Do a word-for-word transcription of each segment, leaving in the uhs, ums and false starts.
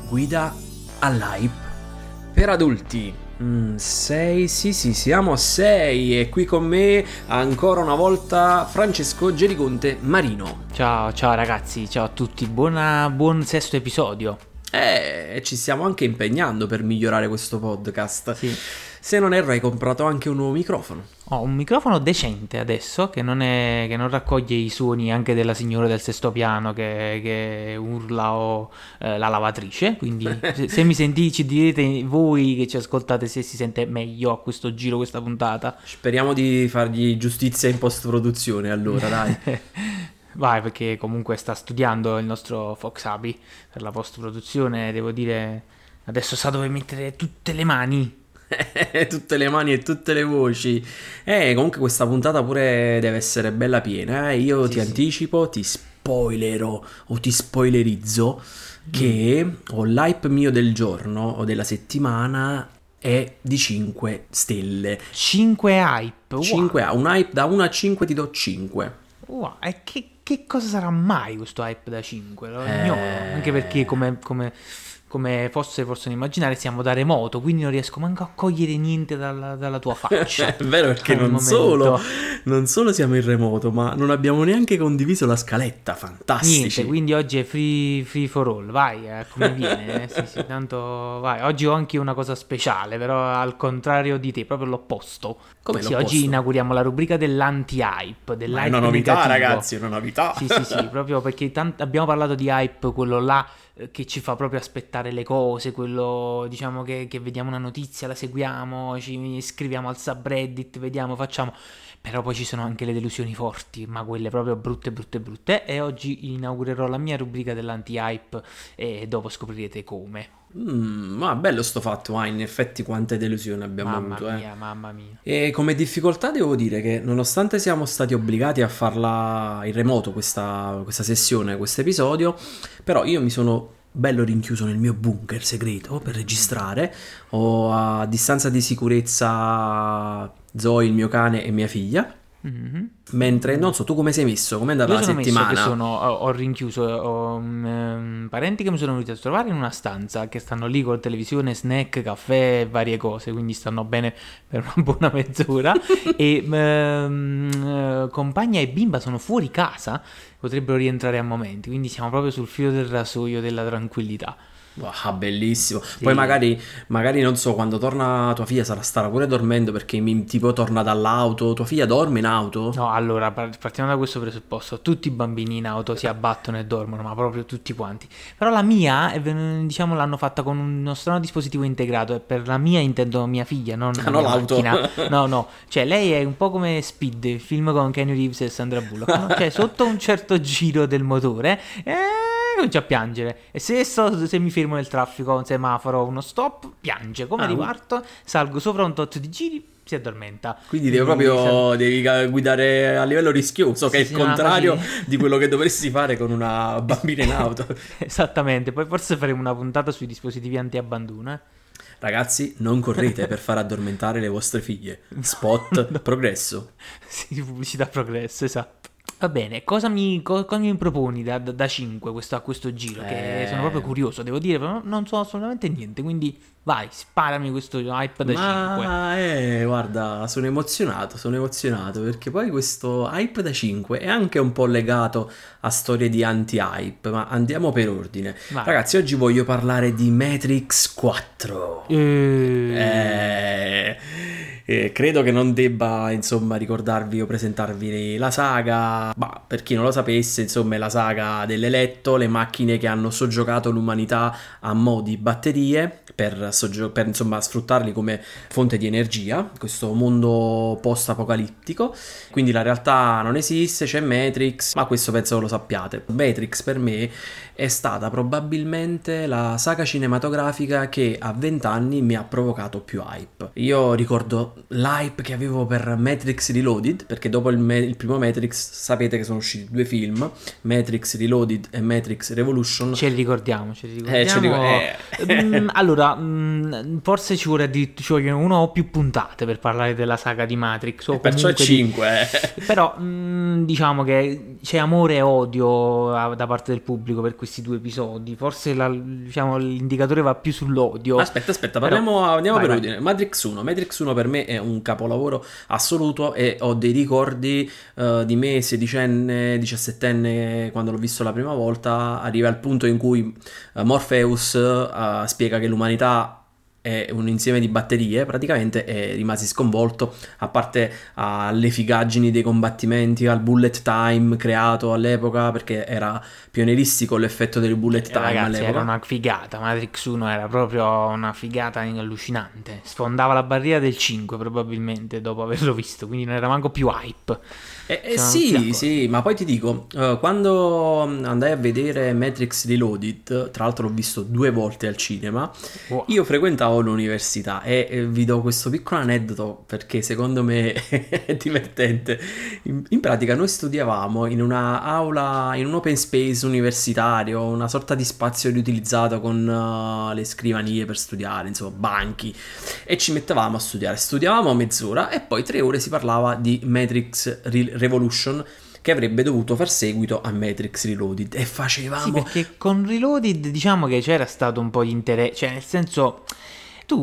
guida all'hype per adulti. Mm, sei, sì sì, siamo sei e qui con me ancora una volta Francesco Gerigonte Marino. Ciao, ciao ragazzi, ciao a tutti, buona, buon sesto episodio. Eh, ci stiamo anche impegnando per migliorare questo podcast. Sì. Se non erro hai comprato anche un nuovo microfono. Ho un microfono decente adesso che non, è, che non raccoglie i suoni anche della signora del sesto piano che, che urla o eh, la lavatrice. Quindi se, se mi sentite ci direte voi che ci ascoltate se si sente meglio a questo giro, questa puntata. Speriamo di fargli giustizia in post-produzione allora, dai. Vai, perché comunque sta studiando il nostro Fox Abi per la post-produzione, devo dire, adesso sa dove mettere tutte le mani. Tutte le mani e tutte le voci. Eh, comunque questa puntata pure deve essere bella piena. Eh? Io Sì, ti sì. anticipo, ti spoilerò o ti spoilerizzo che Mm. ho l'hype mio del giorno o della settimana è di cinque stelle. cinque hype, wow. cinque a un hype da uno a cinque ti do cinque. Wow, e che, che cosa sarà mai questo hype da cinque? Lo Eh. ignoro, anche perché come, come, come forse possono immaginare siamo da remoto, quindi non riesco manco a cogliere niente dalla, dalla tua faccia. È vero, perché al non momento. solo, non solo siamo in remoto, ma non abbiamo neanche condiviso la scaletta. Fantastici. Niente, quindi oggi è free, free for all, vai, eh, come viene, eh, sì, sì, tanto vai. Oggi ho anche una cosa speciale, però al contrario di te, proprio l'opposto. Come Sì, l'opposto? oggi inauguriamo la rubrica dell'anti-hype, Ma è dell'hype una novità, negativo. ragazzi, è una novità. Sì, sì, sì, proprio perché tant- abbiamo parlato di hype, quello là eh, che ci fa proprio aspettare le cose, quello diciamo che, che vediamo una notizia, la seguiamo, ci iscriviamo al subreddit, vediamo, facciamo. Però poi ci sono anche le delusioni forti, ma quelle proprio brutte, brutte, brutte. E oggi inaugurerò la mia rubrica dell'anti-hype e dopo scoprirete come. Mm, ma bello sto fatto, ah, in effetti quante delusioni abbiamo Mamma avuto, mia, eh. mamma mia. E come difficoltà devo dire che nonostante siamo stati obbligati a farla in remoto questa, questa sessione, questo episodio, però io mi sono bello rinchiuso nel mio bunker segreto per registrare. Ho a distanza di sicurezza Zoe, il mio cane e mia figlia. Mhm. Mentre, non so, tu come sei messo? Com'è andata Io la sono messo settimana? che sono, ho, ho rinchiuso, ho um, parenti che mi sono venuti a trovare in una stanza, che stanno lì con televisione, snack, caffè e varie cose, quindi stanno bene per una buona mezz'ora. E um, uh, compagna e bimba sono fuori casa, potrebbero rientrare a momenti, quindi siamo proprio sul filo del rasoio della tranquillità. Ah, bellissimo. Poi magari, magari non so, quando torna tua figlia sarà starà pure dormendo perché mi, tipo torna dall'auto. Tua figlia dorme in auto? No, allora par- partiamo da questo presupposto. Tutti i bambini in auto si abbattono e dormono, ma proprio tutti quanti. Però la mia, è ven- diciamo, l'hanno fatta con uno strano dispositivo integrato. E per la mia intendo mia figlia, non la Ah, no, mia l'auto. macchina. No, no. Cioè, lei è un po' come Speed, il film con Keanu Reeves e Sandra Bullock, no? Cioè, sotto un certo giro del motore, eh, comincia a piangere. E se, sto, se mi fermo nel traffico, un semaforo, uno stop, piange. Come Ah, riparto, salgo sopra un tot di giri, si addormenta. Quindi devi proprio devi guidare a livello rischioso, che Sì, è sì, il no, contrario quasi- di quello che dovresti fare con una bambina in auto. Esattamente, poi forse faremo una puntata sui dispositivi anti-abbandono. Eh? Ragazzi, non correte per far addormentare le vostre figlie. Spot, No. progresso. Sì, pubblicità progresso, esatto. Va bene, cosa mi, co- cosa mi proponi da, da, da cinque questo, a questo giro? Che Eh. sono proprio curioso, devo dire, però non so assolutamente niente, quindi vai, sparami questo hype da cinque. Ma eh, guarda, sono emozionato, sono emozionato perché poi questo hype da cinque è anche un po' legato a storie di anti-hype, ma andiamo per ordine. Vai. Ragazzi, oggi voglio parlare di Matrix quattro. Eh, Eh, eh, credo che non debba, insomma, ricordarvi o presentarvi la saga. Ma per chi non lo sapesse, insomma, è la saga dell'Eletto, le macchine che hanno soggiogato l'umanità a mo' di batterie per, soggio- per, insomma, sfruttarli come fonte di energia, questo mondo post-apocalittico. Quindi la realtà non esiste, c'è Matrix, ma questo penso lo sappiate. Matrix per me è stata probabilmente la saga cinematografica che a venti anni mi ha provocato più hype. Io ricordo ricordo l'hype che avevo per Matrix Reloaded, perché dopo il, me- il primo Matrix sapete che sono usciti due film, Matrix Reloaded e Matrix Revolution. Ce li ricordiamo, ce li ricordiamo. Eh, ce li ricor- eh. Mm, allora, mm, forse ci vuole addirittura ci vogliono una o più puntate per parlare della saga di Matrix. O Perciò comunque cinque. di... Però mm, diciamo che c'è amore e odio a- da parte del pubblico per questi due episodi. Forse la- diciamo, l'indicatore va più sull'odio. Aspetta, aspetta, parliamo, Però- andiamo vai, per vai. ordine. Matrix uno. Matrix uno per me è un capolavoro assoluto e ho dei ricordi eh, di me sedicenne, diciassettenne quando l'ho visto la prima volta. Arriva al punto in cui eh, Morpheus eh, spiega che l'umanità è un insieme di batterie, praticamente, e rimasi sconvolto, a parte alle figaggini dei combattimenti, al bullet time creato all'epoca, perché era pionieristico l'effetto del bullet Eh, time ragazzi, all'epoca. era una figata. Matrix uno era proprio una figata allucinante. Sfondava la barriera del cinque probabilmente dopo averlo visto, quindi non era manco più hype. Eh, eh, Siamo tutti sì, d'accordo. sì, ma poi ti dico, eh, quando andai a vedere Matrix Reloaded, tra l'altro l'ho visto due volte al cinema, Wow. io frequentavo l'università e eh, vi do questo piccolo aneddoto perché secondo me è divertente. In, in pratica noi studiavamo in una aula, in un open space universitario, una sorta di spazio riutilizzato con eh, le scrivanie per studiare, insomma, banchi, e ci mettevamo a studiare. Studiavamo mezz'ora e poi tre ore si parlava di Matrix Re- Revolution, che avrebbe dovuto far seguito a Matrix Reloaded, e Sì, facevamo... perché con Reloaded diciamo che c'era stato un po' di interesse, cioè nel senso tu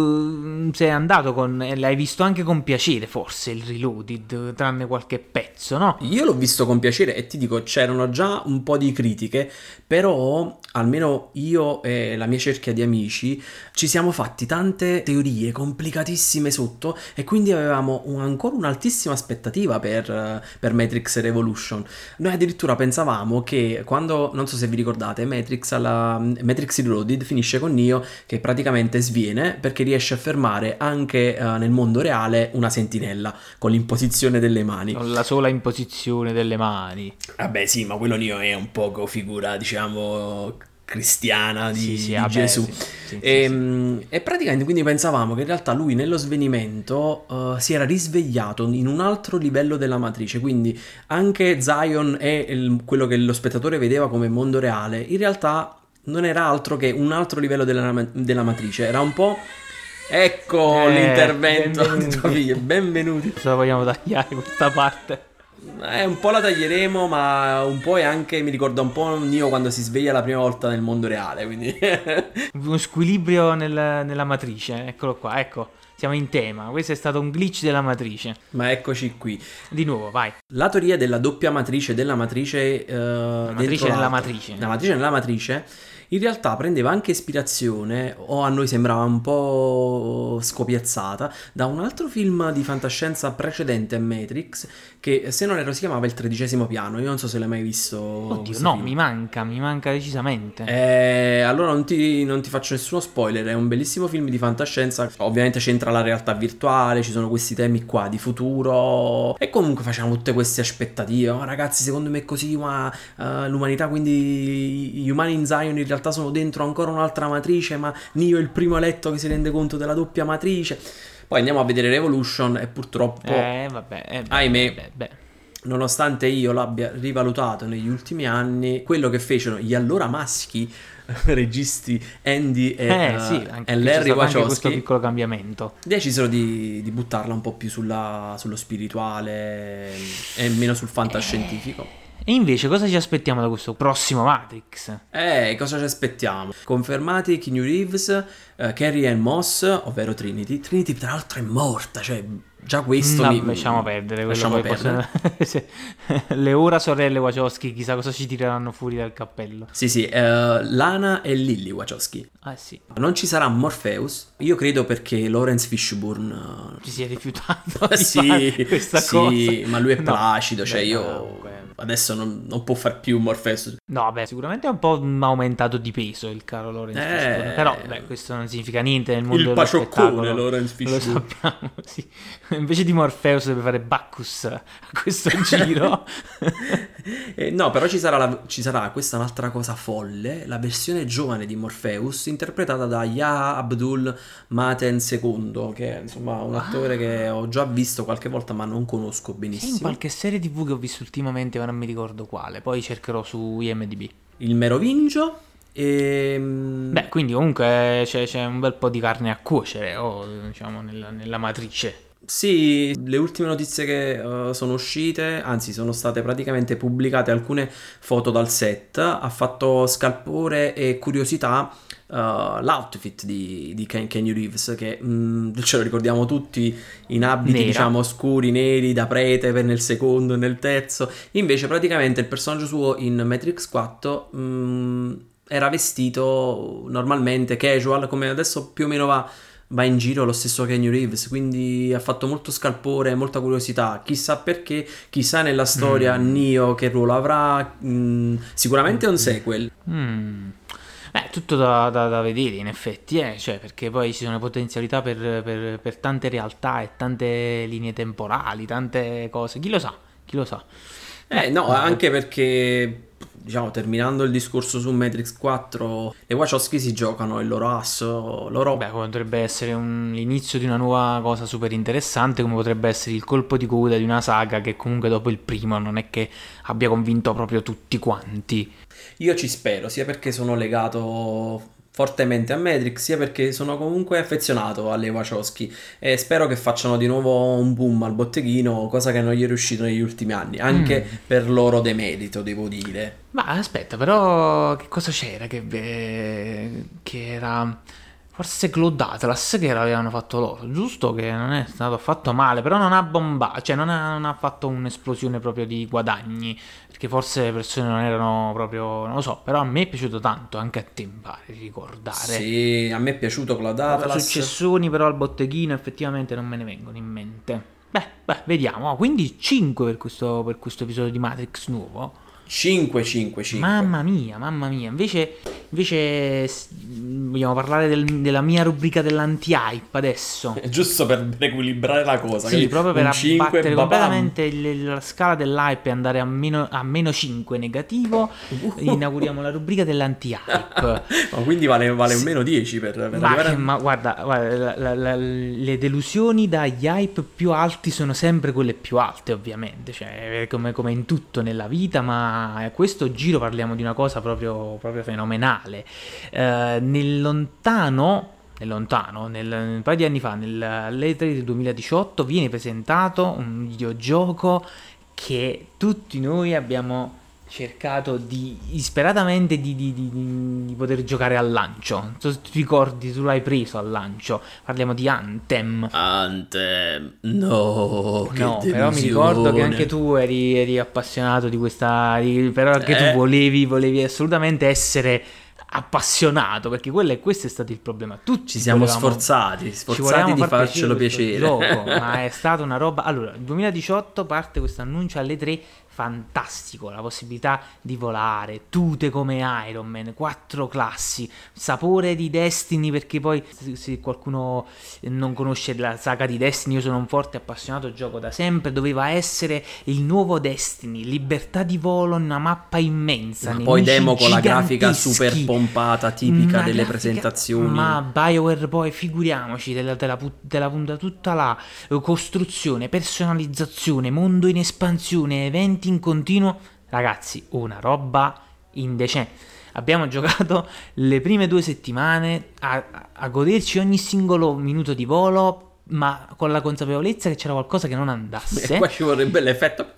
mm, sei andato con, e l'hai visto anche con piacere forse il Reloaded, tranne qualche pezzo, no? Io l'ho visto con piacere e ti dico, c'erano già un po' di critiche, però almeno io e la mia cerchia di amici ci siamo fatti tante teorie complicatissime sotto, e quindi avevamo un- ancora un'altissima aspettativa per, eh, per Matrix Revolution. Noi addirittura pensavamo che quando, non so se vi ricordate, Matrix, alla, Matrix Reloaded finisce con Neo che praticamente sviene perché riesce a fermare anche eh, nel mondo reale una sentinella con l'imposizione delle mani. Con la sola imposizione delle mani. Vabbè, sì, ma quello Neo è un poco figura, diciamo, cristiana di, Sì, sì, di vabbè, Gesù. sì, sì, sì, e, sì. mm, e praticamente quindi pensavamo che in realtà lui nello svenimento eh, si era risvegliato in un altro livello della matrice, quindi anche Zion e il- quello che lo spettatore vedeva come mondo reale, in realtà non era altro che un altro livello della, della matrice, era un po'... Ecco Eh, l'intervento di benvenuti. tua figlia, benvenuti. Se la vogliamo tagliare questa parte. Eh, un po' la taglieremo, ma un po' è anche, mi ricorda un po' Neo quando si sveglia la prima volta nel mondo reale, quindi... Uno squilibrio nel- nella matrice, eccolo qua, ecco, siamo in tema. Questo è stato un glitch della matrice. Ma eccoci qui. Di nuovo, vai. La teoria della doppia matrice della matrice... eh, matrice dentro nella l'altra. matrice. La matrice nella matrice... In realtà prendeva anche ispirazione, o a noi sembrava un po' scopiazzata, da un altro film di fantascienza precedente a Matrix, che se non erro si chiamava Il tredicesimo piano. Io non so se l'hai mai visto. Oddio, questo no, film. mi manca, mi manca decisamente. Eh, allora non ti, non ti faccio nessuno spoiler, è un bellissimo film di fantascienza, ovviamente c'entra la realtà virtuale, ci sono questi temi qua di futuro, e comunque facciamo tutte queste aspettative. "Oh, ragazzi, secondo me è così, ma eh, l'umanità, quindi gli umani in Zion in realtà sono dentro ancora un'altra matrice, ma Neo è il primo eletto che si rende conto della doppia matrice". Poi andiamo a vedere Revolution e purtroppo, Eh, vabbè, eh, beh, ahimè, beh, beh. nonostante io l'abbia rivalutato negli ultimi anni, quello che fecero gli allora maschi registi Andy e, Eh, eh, sì, anche e qui c'è Larry stato anche questo Wachowski piccolo cambiamento. decisero di, di buttarla un po' più sulla- sullo spirituale e meno sul fantascientifico. E invece cosa ci aspettiamo da questo prossimo Matrix? Eh, cosa ci aspettiamo? Confermati Keanu Reeves, eh, Carrie Ann Moss, ovvero Trinity. Trinity tra l'altro è morta, cioè già questo No, mi... lasciamo perdere, quello lasciamo poi perdere. possono- se- le ora sorelle Wachowski, chissà cosa ci tireranno fuori dal cappello. Sì, sì, eh, Lana e Lily Wachowski. Ah sì, Non ci sarà Morpheus, io credo perché Lawrence Fishburne... ci si è rifiutato eh, di sì, fare questa sì, cosa. ma lui è No, placido, cioè beh, io comunque. adesso non, non può far più Morpheus. No, beh, sicuramente è un po' aumentato di peso il caro Lawrence Eh. Fishburne, però beh, questo non significa niente nel mondo Il dello pacioccone spettacolo. Lawrence Lo Fishburne. sappiamo, sì. Invece di Morpheus deve fare Bacchus a questo giro. Eh, no, però ci sarà, la- ci sarà, questa è un'altra cosa folle, la versione giovane di Morpheus interpretata da Yahya Abdul Maten secondo, che è insomma un attore che Ah, ho già visto qualche volta ma non conosco sì, in benissimo. qualche serie T V che ho visto ultimamente, ma non mi ricordo quale. Poi cercherò su I M D B. Il Merovingio e... Beh, quindi comunque c'è, c'è un bel po' di carne a cuocere, o diciamo nella, nella matrice. Sì, le ultime notizie che eh, sono uscite, anzi sono state praticamente pubblicate alcune foto dal set, ha fatto scalpore e curiosità eh, l'outfit di, di Ken, Keanu Reeves, che mh, ce lo ricordiamo tutti in abiti Nera. diciamo scuri, neri, da prete per nel secondo e nel terzo, invece praticamente il personaggio suo in Matrix quattro mh, era vestito normalmente, casual, come adesso più o meno va va in giro lo stesso Keanu Reeves, quindi ha fatto molto scalpore, molta curiosità. Chissà perché, chissà nella storia Mm. Neo che ruolo avrà. mm, sicuramente è un sequel. Mm. Eh, tutto da, da- da vedere in effetti, eh, cioè, perché poi ci sono potenzialità per, per- per tante realtà e tante linee temporali, tante cose. Chi lo sa? Chi lo sa? Eh Beh, no, eh, anche perché, diciamo, terminando il discorso su Matrix quattro, le Wachowski si giocano il loro asso, beh, loro... potrebbe essere un- l'inizio di una nuova cosa super interessante, come potrebbe essere il colpo di coda di una saga che comunque dopo il primo non è che abbia convinto proprio tutti quanti. Io ci spero, sia perché sono legato fortemente a Matrix, sia perché sono comunque affezionato alle Wachowski e spero che facciano di nuovo un boom al botteghino, cosa che non gli è riuscito negli ultimi anni, anche Mm. per loro demerito, devo dire. Ma aspetta, però che cosa c'era che, eh, che era forse Cloud Atlas che l'avevano fatto loro, giusto? Che non è stato affatto male, però non ha bombato, cioè non ha, non ha fatto un'esplosione proprio di guadagni, perché forse le persone non erano proprio, non lo so, però a me è piaciuto tanto, anche a te mi pare di ricordare. Sì, a me è piaciuto Cloud Proprio Atlas. successoni però al botteghino effettivamente non me ne vengono in mente. Beh, beh, vediamo, oh, quindi cinque per questo, per questo episodio di Matrix nuovo. cinque cinque cinque. Mamma mia, mamma mia. Invece, invece s- vogliamo parlare del- della mia rubrica dell'anti-hype adesso. Giusto per riequilibrare la cosa, Sì, quindi proprio per un cinque, abbattere babam. completamente il- la scala dell'hype e andare a meno, a meno cinque negativo, inauguriamo la rubrica dell'anti-hype. Ma quindi vale, vale un Sì. meno dieci per, per Ma, arrivare che- a... ma guarda, guarda, la- la- la- le delusioni dagli hype più alti sono sempre quelle più alte, ovviamente, cioè come, come in tutto nella vita, ma a questo giro parliamo di una cosa proprio, proprio fenomenale. Eh, nel lontano, nel lontano, nel, un paio di anni fa, nell'E tre del duemiladiciotto, viene presentato un videogioco che tutti noi abbiamo cercato di disperatamente di, di- di- di poter giocare al lancio. Non so se ti ricordi, tu l'hai preso al lancio. Parliamo di Anthem. Anthem, no, che No, però mi ricordo che anche delusione. tu eri, eri appassionato di questa. di- però anche tu Eh, volevi, volevi assolutamente essere appassionato, perché quello e questo è stato il problema. ci Tutti siamo volevamo. sforzati, Ci sforzati volevamo di far piacere farcelo questo piacere. gioco, ma è stata una roba. Allora, nel duemiladiciotto parte questo annuncio alle tre fantastico, la possibilità di volare, tute come Iron Man, quattro classi, sapore di Destiny, perché poi se se qualcuno non conosce la saga di Destiny, io sono un forte appassionato, gioco da sempre, doveva essere il nuovo Destiny, libertà di volo in una mappa immensa, Ma poi nemici demo con la grafica giganteschi, super pompata, tipica una delle grafica- presentazioni. ma BioWare poi figuriamoci, te la, te la pu- te la punta tutta là, eh, costruzione, personalizzazione, mondo in espansione, eventi in continuo, ragazzi, una roba indecente. Abbiamo giocato le prime due settimane a, a goderci ogni singolo minuto di volo, ma con la consapevolezza che c'era qualcosa che non E andasse. qua ci vorrebbe l'effetto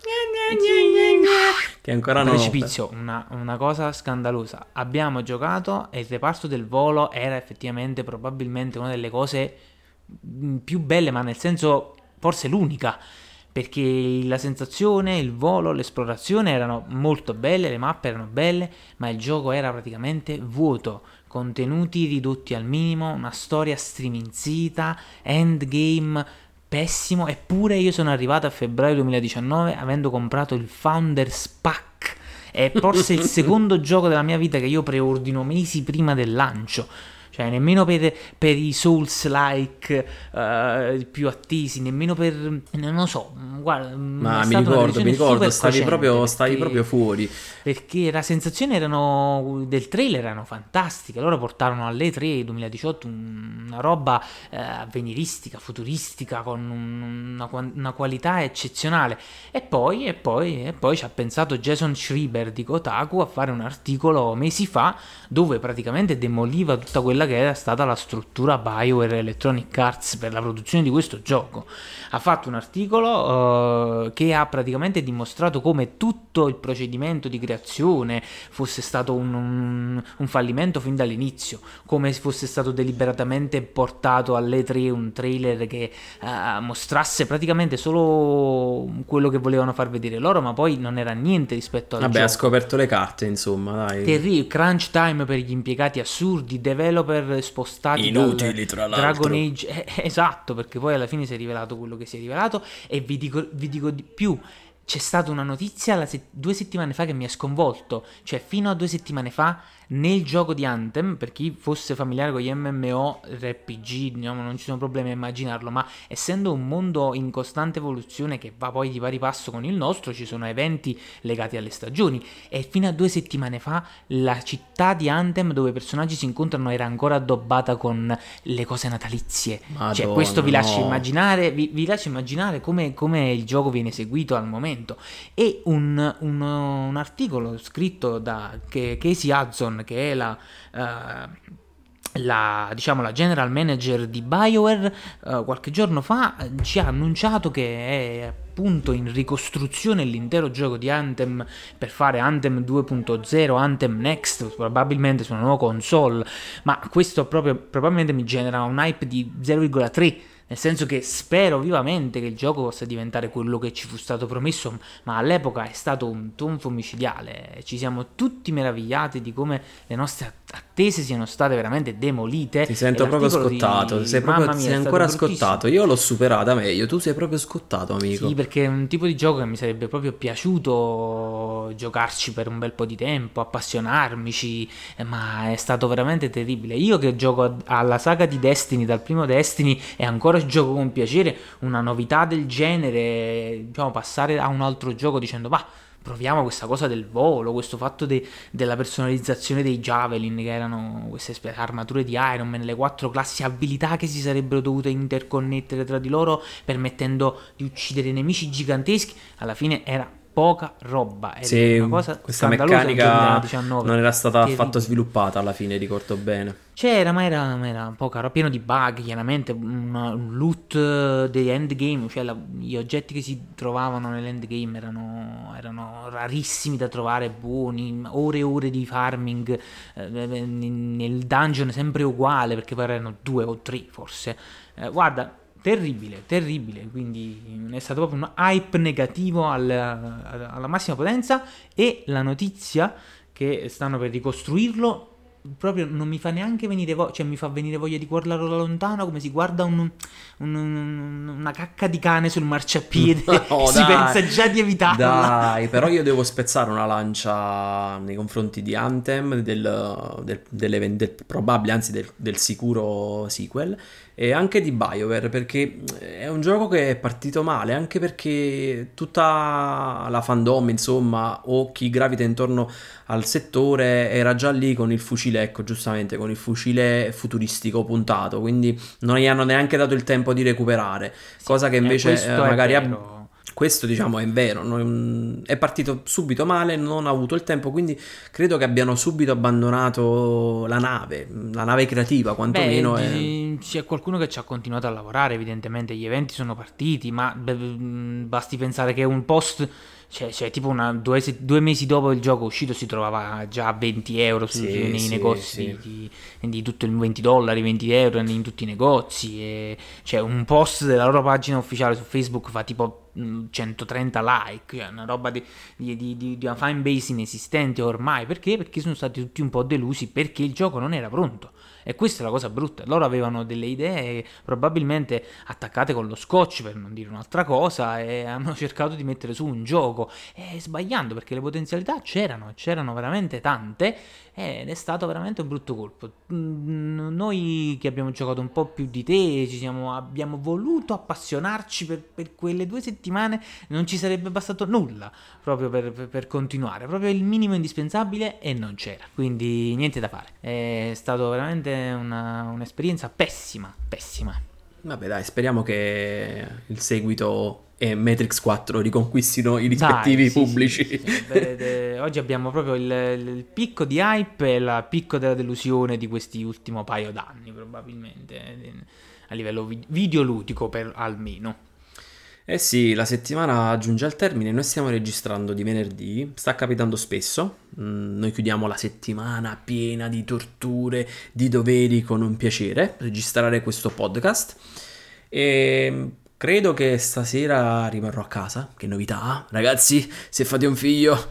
che ancora non ho. Precipizio, una, una cosa scandalosa. Abbiamo giocato e il reparto del volo era effettivamente probabilmente una delle cose mh, più belle, ma nel senso forse l'unica, perché la sensazione, il volo, l'esplorazione erano molto belle, le mappe erano belle, ma il gioco era praticamente vuoto, contenuti ridotti al minimo, una storia striminzita, endgame pessimo, eppure io sono arrivato a febbraio duemiladiciannove avendo comprato il Founders Pack. È forse il secondo gioco della mia vita che io preordino mesi prima del lancio. cioè nemmeno per, per i Souls-like uh, più attesi, nemmeno per, non lo so, guarda, ma mi ricordo, mi ricordo, stavi proprio, stavi proprio fuori. Perché la sensazione erano, del trailer erano fantastiche, loro portarono alle tre duemiladiciotto una roba eh, avveniristica, futuristica, con un, una, una qualità eccezionale, e poi, e poi, e poi ci ha pensato Jason Schreiber di Kotaku a fare un articolo mesi fa dove praticamente demoliva tutta quella che era stata la struttura BioWare Electronic Arts per la produzione di questo gioco. Ha fatto un articolo uh, che ha praticamente dimostrato come tutto il procedimento di creazione fosse stato un, un, un fallimento fin dall'inizio, come fosse stato deliberatamente portato alle tre un trailer che uh, mostrasse praticamente solo quello che volevano far vedere loro, ma poi non era niente rispetto al Vabbè, gioco. ha scoperto le carte, insomma, dai. Terribile, crunch time per gli impiegati assurdi, developer spostati inutili, tra l'altro. Dragon Age, eh, esatto, perché poi alla fine si è rivelato quello che si è rivelato. E vi dico, vi dico di più, c'è stata una notizia la se- due settimane fa che mi ha sconvolto, cioè fino a due settimane fa nel gioco di Anthem, per chi fosse familiare con gli M M O R P G, diciamo, non ci sono problemi a immaginarlo, ma essendo un mondo in costante evoluzione che va poi di pari passo con il nostro, ci sono eventi legati alle stagioni, e fino a due settimane fa la città di Anthem dove i personaggi si incontrano era ancora addobbata con le cose natalizie. Madonna, cioè questo vi lascia no. immaginare vi, vi lascia immaginare come, come il gioco viene eseguito al momento. E un, un, un articolo scritto da Casey Hudson, che è la, uh, la, diciamo, la general manager di BioWare, uh, qualche giorno fa ci ha annunciato che è appunto in ricostruzione l'intero gioco di Anthem per fare Anthem due punto zero, Anthem Next, probabilmente su una nuova console, ma questo proprio probabilmente mi genera un hype di zero virgola tre, nel senso che spero vivamente che il gioco possa diventare quello che ci fu stato promesso, ma all'epoca è stato un tonfo micidiale. Ci siamo tutti meravigliati di come le nostre attese siano state veramente demolite. Ti sento proprio scottato, di... sei, proprio, Mamma mia, sei è ancora stato scottato. Io l'ho superata meglio, tu sei proprio scottato, amico. Sì, perché è un tipo di gioco che mi sarebbe proprio piaciuto giocarci per un bel po' di tempo, appassionarmici, ma è stato veramente terribile. Io che gioco alla saga di Destiny, dal primo Destiny, e ancora gioco con piacere, una novità del genere, diciamo, passare a un altro gioco dicendo va, proviamo questa cosa del volo, questo fatto de- della personalizzazione dei Javelin, che erano queste spe- armature di Iron Man, le quattro classi abilità che si sarebbero dovute interconnettere tra di loro, permettendo di uccidere nemici giganteschi. Alla fine era poca roba, ed sì, è una cosa questa scandalosa nel meccanica duemiladiciannove. non era stata Terribile. affatto sviluppata alla fine, ricordo bene. C'era, ma era, ma era poca roba, pieno di bug, chiaramente, un, un loot degli endgame, cioè la, gli oggetti che si trovavano nell'endgame erano, erano rarissimi da trovare, buoni, ore e ore di farming, eh, nel dungeon sempre uguale, perché poi erano due o tre forse. Eh, guarda, terribile, terribile, quindi è stato proprio un hype negativo alla, alla massima potenza, e la notizia che stanno per ricostruirlo proprio non mi fa neanche venire voglia, cioè mi fa venire voglia di guardarlo da lontano, come si guarda un, un, un, una cacca di cane sul marciapiede. No, si dai, pensa già di evitarla. Dai, però io devo spezzare una lancia nei confronti di Anthem, del, del, del, del probabile, anzi del, del sicuro sequel, e anche di BioWare, perché è un gioco che è partito male, anche perché tutta la fandom, insomma, o chi gravita intorno al settore era già lì con il fucile, ecco, giustamente, con il fucile futuristico puntato, quindi non gli hanno neanche dato il tempo di recuperare, sì, cosa che invece eh, magari ha... Questo, diciamo, è vero, non... è partito subito male, non ha avuto il tempo, quindi credo che abbiano subito abbandonato la nave, la nave creativa, quantomeno. Beh, è... c'è qualcuno che ci ha continuato a lavorare, evidentemente, gli eventi sono partiti, ma beh, basti pensare che un post... Cioè, cioè tipo una, due, due mesi dopo il gioco uscito si trovava già a venti euro su, sì, nei sì, negozi sì. Di, di tutto il venti dollari, venti euro in tutti i negozi, e cioè un post della loro pagina ufficiale su Facebook fa tipo centotrenta like, cioè una roba di, di, di, di una fan base inesistente ormai. Perché? Perché sono stati tutti un po' delusi, perché il gioco non era pronto. E questa è la cosa brutta. Loro avevano delle idee probabilmente attaccate con lo scotch, per non dire un'altra cosa, e hanno cercato di mettere su un gioco gioco, e sbagliando, perché le potenzialità c'erano, c'erano veramente tante, ed è stato veramente un brutto colpo. Noi che abbiamo giocato un po' più di te, ci siamo, abbiamo voluto appassionarci per, per quelle due settimane, non ci sarebbe bastato nulla proprio per, per, per continuare, proprio il minimo indispensabile, e non c'era, quindi niente da fare. È stato veramente una, un'esperienza pessima, pessima. Vabbè dai, speriamo che il seguito e Matrix quattro riconquistino i rispettivi Dai, sì, pubblici. sì, sì, sì. Beh, oggi abbiamo proprio il, il picco di hype e il picco della delusione di questi ultimi paio d'anni, probabilmente, a livello videoludico per almeno. Eh sì, la settimana giunge al termine, noi stiamo registrando di venerdì, sta capitando spesso, mm, noi chiudiamo la settimana piena di torture, di doveri con un piacere, registrare questo podcast, e credo che stasera rimarrò a casa. Che novità, ragazzi, se fate un figlio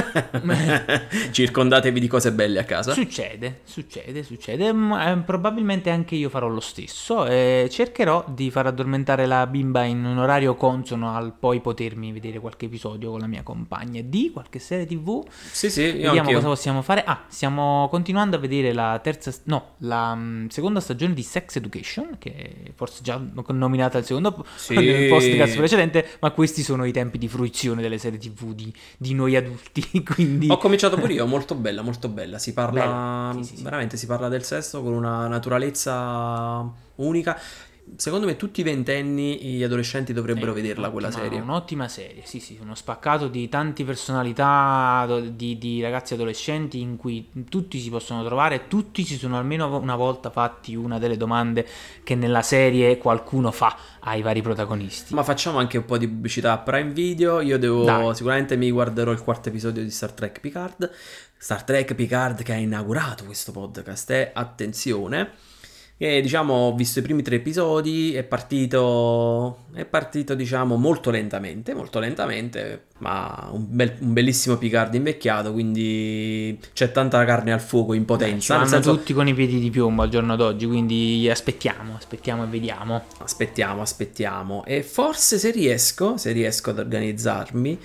circondatevi di cose belle a casa. Succede, succede, succede. Eh, probabilmente anche io farò lo stesso. E cercherò di far addormentare la bimba in un orario consono al poi potermi vedere qualche episodio con la mia compagna di qualche serie tv. Sì, sì, io Vediamo anch'io. cosa possiamo fare. Ah, stiamo continuando a vedere la terza, no, la um, seconda stagione di Sex Education, che forse già nominata al secondo Sì. nel podcast precedente, ma questi sono i tempi di fruizione delle serie tv di, di noi adulti, quindi... Ho cominciato pure io, molto bella, molto bella. Si parla, Bella, sì, sì, sì. veramente si parla del sesso con una naturalezza unica. Secondo me tutti i ventenni, gli adolescenti dovrebbero Eh, vederla quella un'ottima- serie. Un'ottima serie, sì, sì, uno spaccato di tante personalità do- di, di ragazzi adolescenti in cui tutti si possono trovare, tutti si sono almeno una volta fatti una delle domande che nella serie qualcuno fa ai vari protagonisti. Ma facciamo anche un po' di pubblicità a Prime Video. Io devo, Dai. sicuramente mi guarderò il quarto episodio di Star Trek Picard. Star Trek Picard che ha inaugurato questo podcast, eh, attenzione. E diciamo, ho visto i primi tre episodi, è partito, è partito diciamo molto lentamente, molto lentamente, ma un, bel- un bellissimo Picard invecchiato, quindi c'è tanta carne al fuoco in Ci potenza. Nel vanno senso, tutti con i piedi di piombo al giorno d'oggi, quindi aspettiamo, aspettiamo e vediamo. aspettiamo, aspettiamo. E forse se riesco, se riesco ad organizzarmi,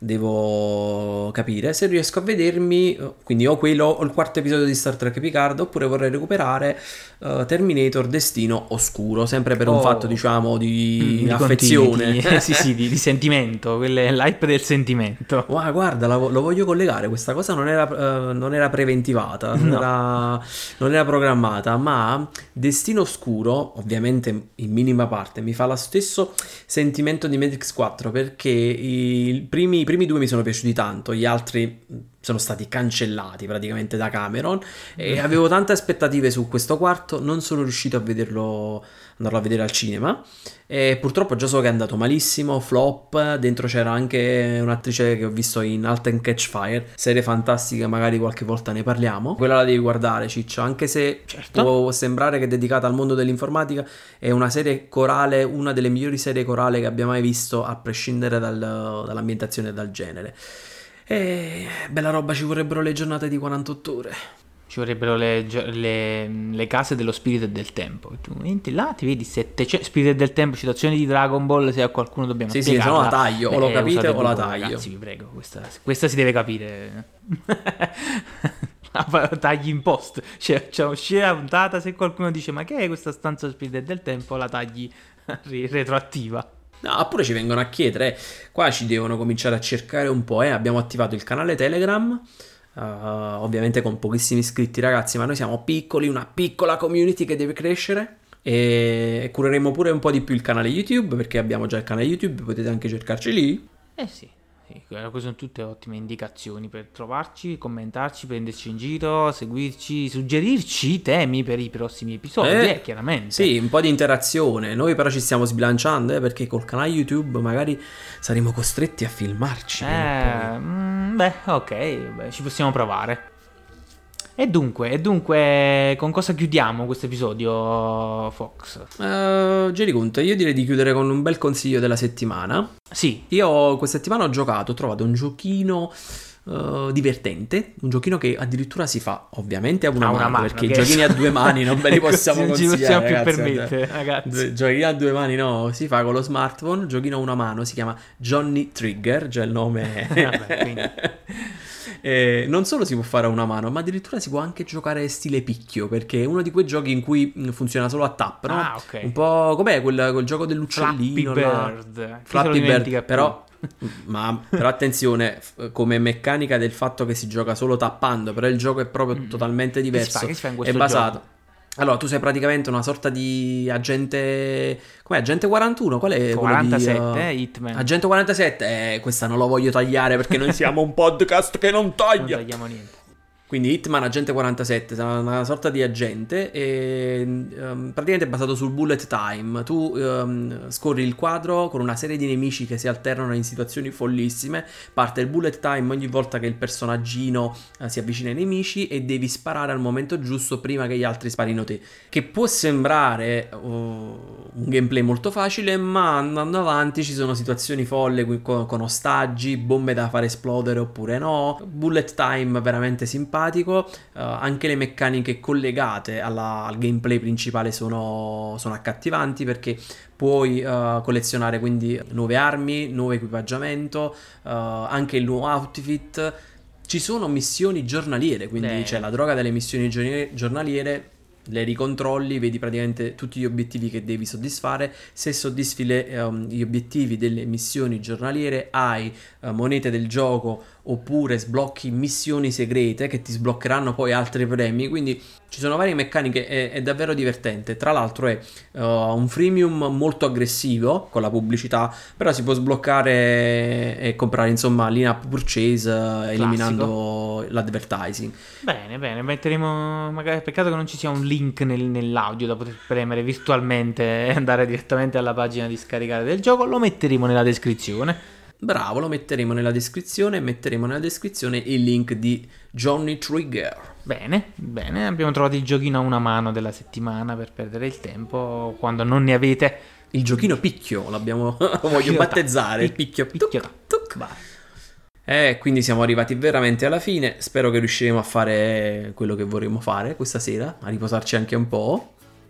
devo capire se riesco a vedermi, quindi o quello o il quarto episodio di Star Trek Picard, oppure vorrei recuperare uh, Terminator Destino Oscuro, sempre per un Oh. fatto diciamo di Mm, di affezione. continuity. sì, sì, di, di sentimento, quelle, l'hype del sentimento. Guarda, guarda, la vo- lo voglio collegare, questa cosa non era, eh, non era preventivata, non, No. era, non era programmata, ma Destino Oscuro, ovviamente in minima parte, mi fa lo stesso sentimento di Matrix quattro, perché i primi, i primi due mi sono piaciuti tanto, gli altri sono stati cancellati praticamente da Cameron, e avevo tante aspettative su questo quarto, non sono riuscito a vederlo, andarlo a vedere al cinema, e purtroppo già so che è andato malissimo, flop. Dentro c'era anche un'attrice che ho visto in Halt and Catch Fire, serie fantastica, magari qualche volta ne parliamo. Quella la devi guardare, Ciccio, anche se Certo. può sembrare che è dedicata al mondo dell'informatica, è una serie corale, una delle migliori serie corale che abbia mai visto, a prescindere dal- dall'ambientazione e dal genere. E bella roba, ci vorrebbero le giornate di quarantotto ore. Ci vorrebbero le, gio- le- le case dello spirito e del tempo. Tu entri là, ti vedi settecento spirito e del tempo, citazioni di Dragon Ball, se a qualcuno dobbiamo Sì, sì, spiegarla. se no la taglio, o lo capite usate o la Google, taglio. Ragazzi, vi prego, questa, questa si deve capire. Tagli in post. Cioè, c'è uscire la puntata, se qualcuno dice ma che è questa stanza dello spirito e del tempo, la tagli ri- retroattiva. No, oppure ci vengono a chiedere, qua ci devono cominciare a cercare un po', eh. Abbiamo attivato il canale Telegram, uh, ovviamente con pochissimi iscritti ragazzi, ma noi siamo piccoli, una piccola community che deve crescere, e cureremo pure un po' di più il canale YouTube, perché abbiamo già il canale YouTube, potete anche cercarci lì. Eh sì, sì, queste sono tutte ottime indicazioni per trovarci, commentarci, prenderci in giro, seguirci, suggerirci temi per i prossimi episodi, Eh, eh, chiaramente. Sì, un po' di interazione. Noi però ci stiamo sbilanciando, eh, perché col canale YouTube magari saremo costretti a filmarci. Eh, mm, beh, ok, beh, ci possiamo provare. E dunque, e dunque, con cosa chiudiamo questo episodio, Fox? Uh, Jerry Conte, io direi di chiudere con un bel consiglio della settimana. Sì, Io questa settimana ho giocato, ho trovato un giochino uh, divertente, un giochino che addirittura si fa ovviamente a una, A mano, una mano, perché i che- giochini a due mani non ve li possiamo Non ci consigliare, possiamo più ragazzi, permettere, cioè, ragazzi. due- giochini a due mani no, si fa con lo smartphone, giochino a una mano, si chiama Johnny Trigger, già il nome. Vabbè, quindi. Eh, non solo si può fare a una mano, ma addirittura si può anche giocare stile picchio, perché è uno di quei giochi in cui mh, funziona solo a tap, no? Ah, ok. Un po' com'è quel, quel gioco Flappy dell'uccellino là? Bird. Chi se lo Flappy dimentica Bird, più? però, ma, però attenzione, f- come meccanica del fatto che si gioca solo tappando, però il gioco è proprio Mm. totalmente Che si diverso. fa? Che si fa in È questo basato. gioco? Allora, tu sei praticamente una sorta di agente. Com'è? Agente quarantuno? Qual è quello di, quarantasette, uh, eh, Hitman. Agente quarantasette? Eh, questa non lo voglio tagliare perché noi siamo un podcast che non Non taglia. tagliamo niente. Quindi Hitman Agente quarantasette, sarà una sorta di agente e ehm, praticamente è basato sul bullet time. Tu ehm, scorri il quadro con una serie di nemici che si alternano in situazioni follissime. Parte il bullet time ogni volta che il personaggino eh, si avvicina ai nemici e devi sparare al momento giusto prima che gli altri sparino te. Che può sembrare oh, un gameplay molto facile, ma andando avanti ci sono situazioni folle qui con, con ostaggi, bombe da far esplodere oppure no. Bullet time veramente simpatico. Uh, anche le meccaniche collegate alla, al gameplay principale sono, sono accattivanti perché puoi uh, collezionare quindi nuove armi, nuovo equipaggiamento, uh, anche il nuovo outfit. Ci sono missioni giornaliere, quindi Beh. c'è la droga delle missioni giorni- giornaliere. Le ricontrolli, vedi praticamente tutti gli obiettivi che devi soddisfare. Se soddisfi le, um, gli obiettivi delle missioni giornaliere hai uh, monete del gioco oppure sblocchi missioni segrete che ti sbloccheranno poi altri premi. Quindi ci sono varie meccaniche, è, è davvero divertente. Tra l'altro è uh, un freemium molto aggressivo con la pubblicità, però si può sbloccare e comprare insomma l'in-app purchase uh, eliminando l'advertising. Bene, bene, metteremo magari, peccato che non ci sia un link nel- nell'audio da poter premere virtualmente e andare direttamente alla pagina di scaricare del gioco, lo metteremo nella descrizione. Bravo, lo metteremo nella descrizione. Metteremo nella descrizione il link di Johnny Trigger. Bene, bene, abbiamo trovato il giochino a una mano della settimana per perdere il tempo quando non ne avete. Il giochino picchio, l'abbiamo lo voglio battezzare. Il picchio, Picchio. tuc, tuc. Vai. Eh, quindi siamo arrivati veramente alla fine. Spero che riusciremo a fare quello che vorremmo fare questa sera, a riposarci anche un po'.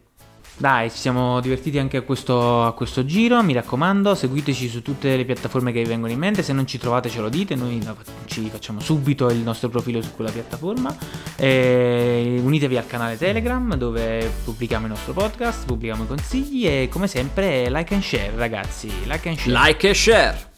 Dai, ci siamo divertiti anche a questo, a questo giro, mi raccomando, seguiteci su tutte le piattaforme che vi vengono in mente, se non ci trovate ce lo dite, noi la- ci facciamo subito il nostro profilo su quella piattaforma, e unitevi al canale Telegram dove pubblichiamo il nostro podcast, pubblichiamo i consigli e come sempre like and share ragazzi, like and share. Like e share.